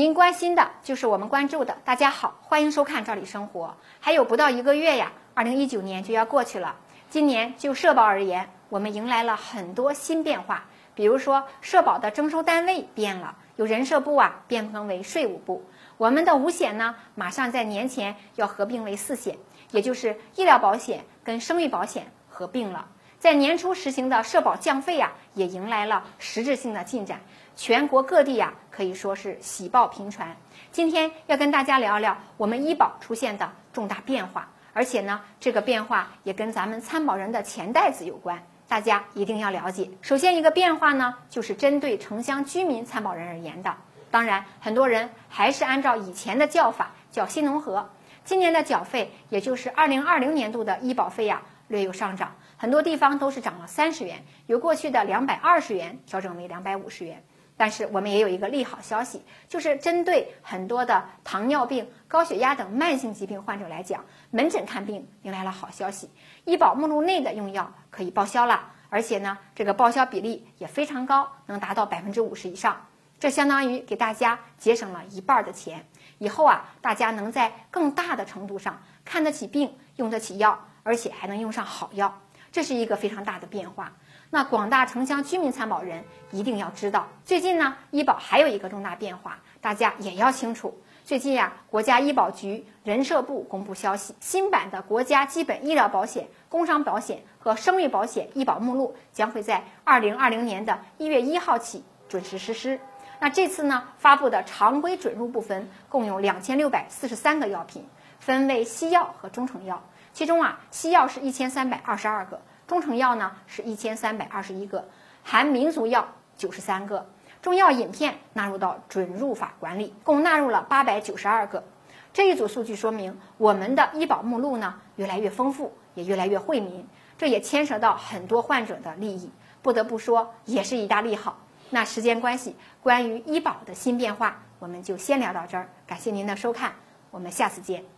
您关心的就是我们关注的。大家好，欢迎收看《赵理生活》。还有不到1个月呀，2019年就要过去了。今年就社保而言，我们迎来了很多新变化。比如说，社保的征收单位变了，由人社部变更为税务部。我们的5险呢，马上在年前要合并为4险，也就是医疗保险跟生育保险合并了。在年初实行的社保降费也迎来了实质性的进展。全国各地可以说是喜报频传。今天要跟大家聊聊我们医保出现的重大变化，而且呢，这个变化也跟咱们参保人的钱袋子有关，大家一定要了解。首先一个变化呢，就是针对城乡居民参保人而言的。当然，很多人还是按照以前的叫法叫新农合。今年的缴费，也就是2020年度的医保费略有上涨，很多地方都是涨了30元，由过去的220元调整为250元。但是我们也有一个利好消息，就是针对很多的糖尿病、高血压等慢性疾病患者来讲，门诊看病迎来了好消息，医保目录内的用药可以报销了，而且呢，这个报销比例也非常高，能达到50%以上，这相当于给大家节省了1半的钱。以后大家能在更大的程度上看得起病，用得起药，而且还能用上好药，这是一个非常大的变化。那广大城乡居民参保人一定要知道，最近呢，医保还有一个重大变化，大家也要清楚。最近国家医保局、人社部公布消息，新版的国家基本医疗保险、工伤保险和生育保险医保目录将会在2020年的1月1号起准时实施。那这次呢，发布的常规准入部分共有2643个药品，分为西药和中成药，其中西药是1322个。中成药呢是1321个，含民族药93个，中药饮片纳入到准入法管理，共纳入了892个。这一组数据说明，我们的医保目录呢越来越丰富，也越来越惠民，这也牵扯到很多患者的利益，不得不说也是一大利好。那时间关系，关于医保的新变化，我们就先聊到这儿，感谢您的收看，我们下次见。